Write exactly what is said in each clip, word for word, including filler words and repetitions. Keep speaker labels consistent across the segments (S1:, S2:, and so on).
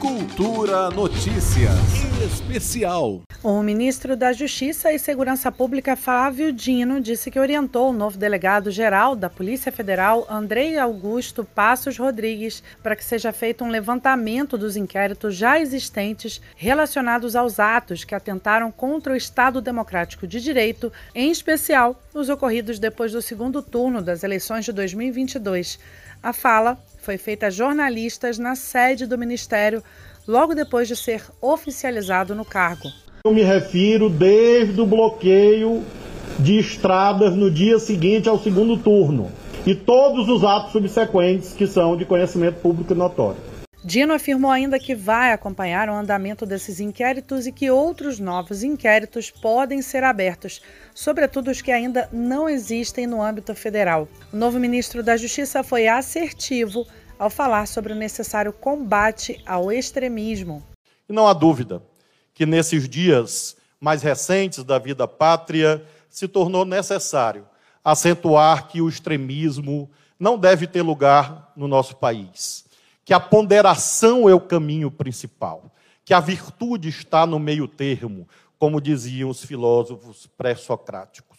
S1: Cultura Notícias Especial.
S2: O ministro da Justiça e Segurança Pública, Flávio Dino, disse que orientou o novo delegado-geral da Polícia Federal, Andrei Augusto Passos Rodrigues, para que seja feito um levantamento dos inquéritos já existentes relacionados aos atos que atentaram contra o Estado Democrático de Direito, em especial os ocorridos depois do segundo turno das eleições de dois mil e vinte e dois. A fala foi feita a jornalistas na sede do Ministério, logo depois de ser oficializado no cargo.
S3: Eu me refiro desde o bloqueio de estradas no dia seguinte ao segundo turno e todos os atos subsequentes que são de conhecimento público e notório.
S2: Dino afirmou ainda que vai acompanhar o andamento desses inquéritos e que outros novos inquéritos podem ser abertos, sobretudo os que ainda não existem no âmbito federal. O novo ministro da Justiça foi assertivo ao falar sobre o necessário combate ao extremismo.
S4: E não há dúvida que nesses dias mais recentes da vida pátria se tornou necessário acentuar que o extremismo não deve ter lugar no nosso país, que a ponderação é o caminho principal, que a virtude está no meio termo, como diziam os filósofos pré-socráticos.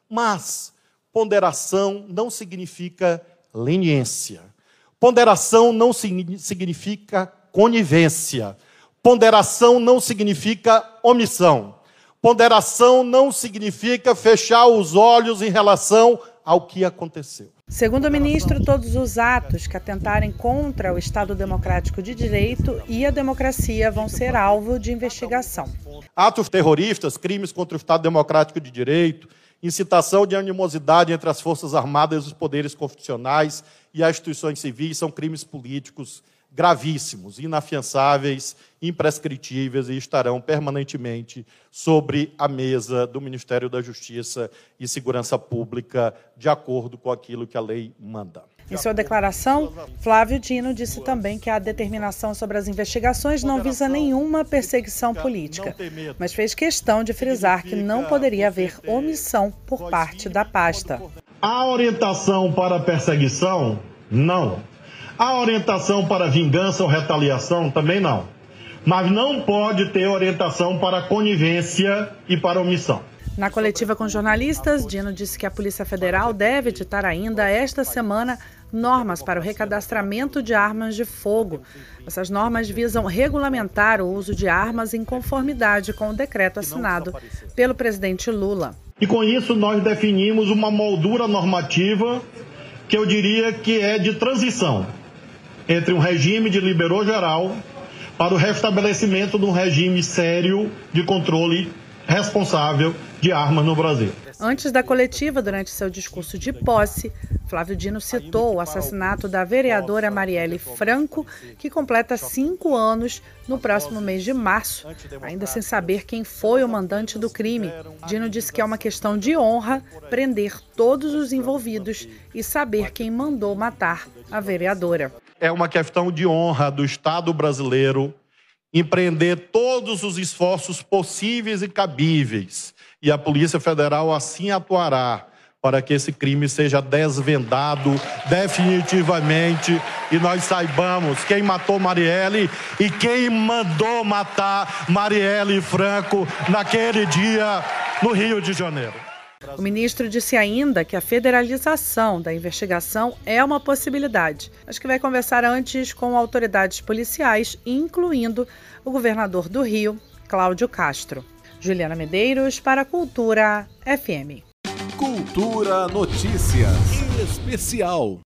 S4: Mas ponderação não significa leniência. Ponderação não significa conivência. Ponderação não significa omissão. Ponderação não significa fechar os olhos em relação ao que aconteceu.
S2: Segundo o ministro, todos os atos que atentarem contra o Estado Democrático de Direito e a democracia vão ser alvo de investigação.
S4: Atos terroristas, crimes contra o Estado Democrático de Direito, incitação de animosidade entre as Forças Armadas e os poderes constitucionais e as instituições civis são crimes políticos gravíssimos, inafiançáveis, imprescritíveis e estarão permanentemente sobre a mesa do Ministério da Justiça e Segurança Pública, de acordo com aquilo que a lei manda.
S2: Em sua declaração, Flávio Dino disse também que a determinação sobre as investigações não visa nenhuma perseguição política, mas fez questão de frisar que não poderia haver omissão por parte da pasta.
S3: A orientação para perseguição, não. A orientação para vingança ou retaliação, também não. Mas não pode ter orientação para conivência e para omissão.
S2: Na coletiva com jornalistas, Dino disse que a Polícia Federal deve editar ainda esta semana normas para o recadastramento de armas de fogo. Essas normas visam regulamentar o uso de armas em conformidade com o decreto assinado pelo presidente Lula.
S3: E com isso nós definimos uma moldura normativa que eu diria que é de transição entre um regime de liberou geral para o restabelecimento de um regime sério de controle responsável de armas no Brasil.
S2: Antes da coletiva, durante seu discurso de posse, Flávio Dino citou o assassinato da vereadora Marielle Franco, que completa cinco anos no próximo mês de março, ainda sem saber quem foi o mandante do crime. Dino disse que é uma questão de honra prender todos os envolvidos e saber quem mandou matar a vereadora.
S4: É uma questão de honra do Estado brasileiro empreender todos os esforços possíveis e cabíveis, e a Polícia Federal assim atuará para que esse crime seja desvendado definitivamente e nós saibamos quem matou Marielle e quem mandou matar Marielle Franco naquele dia no Rio de Janeiro.
S2: O ministro disse ainda que a federalização da investigação é uma possibilidade, mas que vai conversar antes com autoridades policiais, incluindo o governador do Rio, Cláudio Castro. Juliana Medeiros para a Cultura F M.
S1: Cultura Notícias Especial.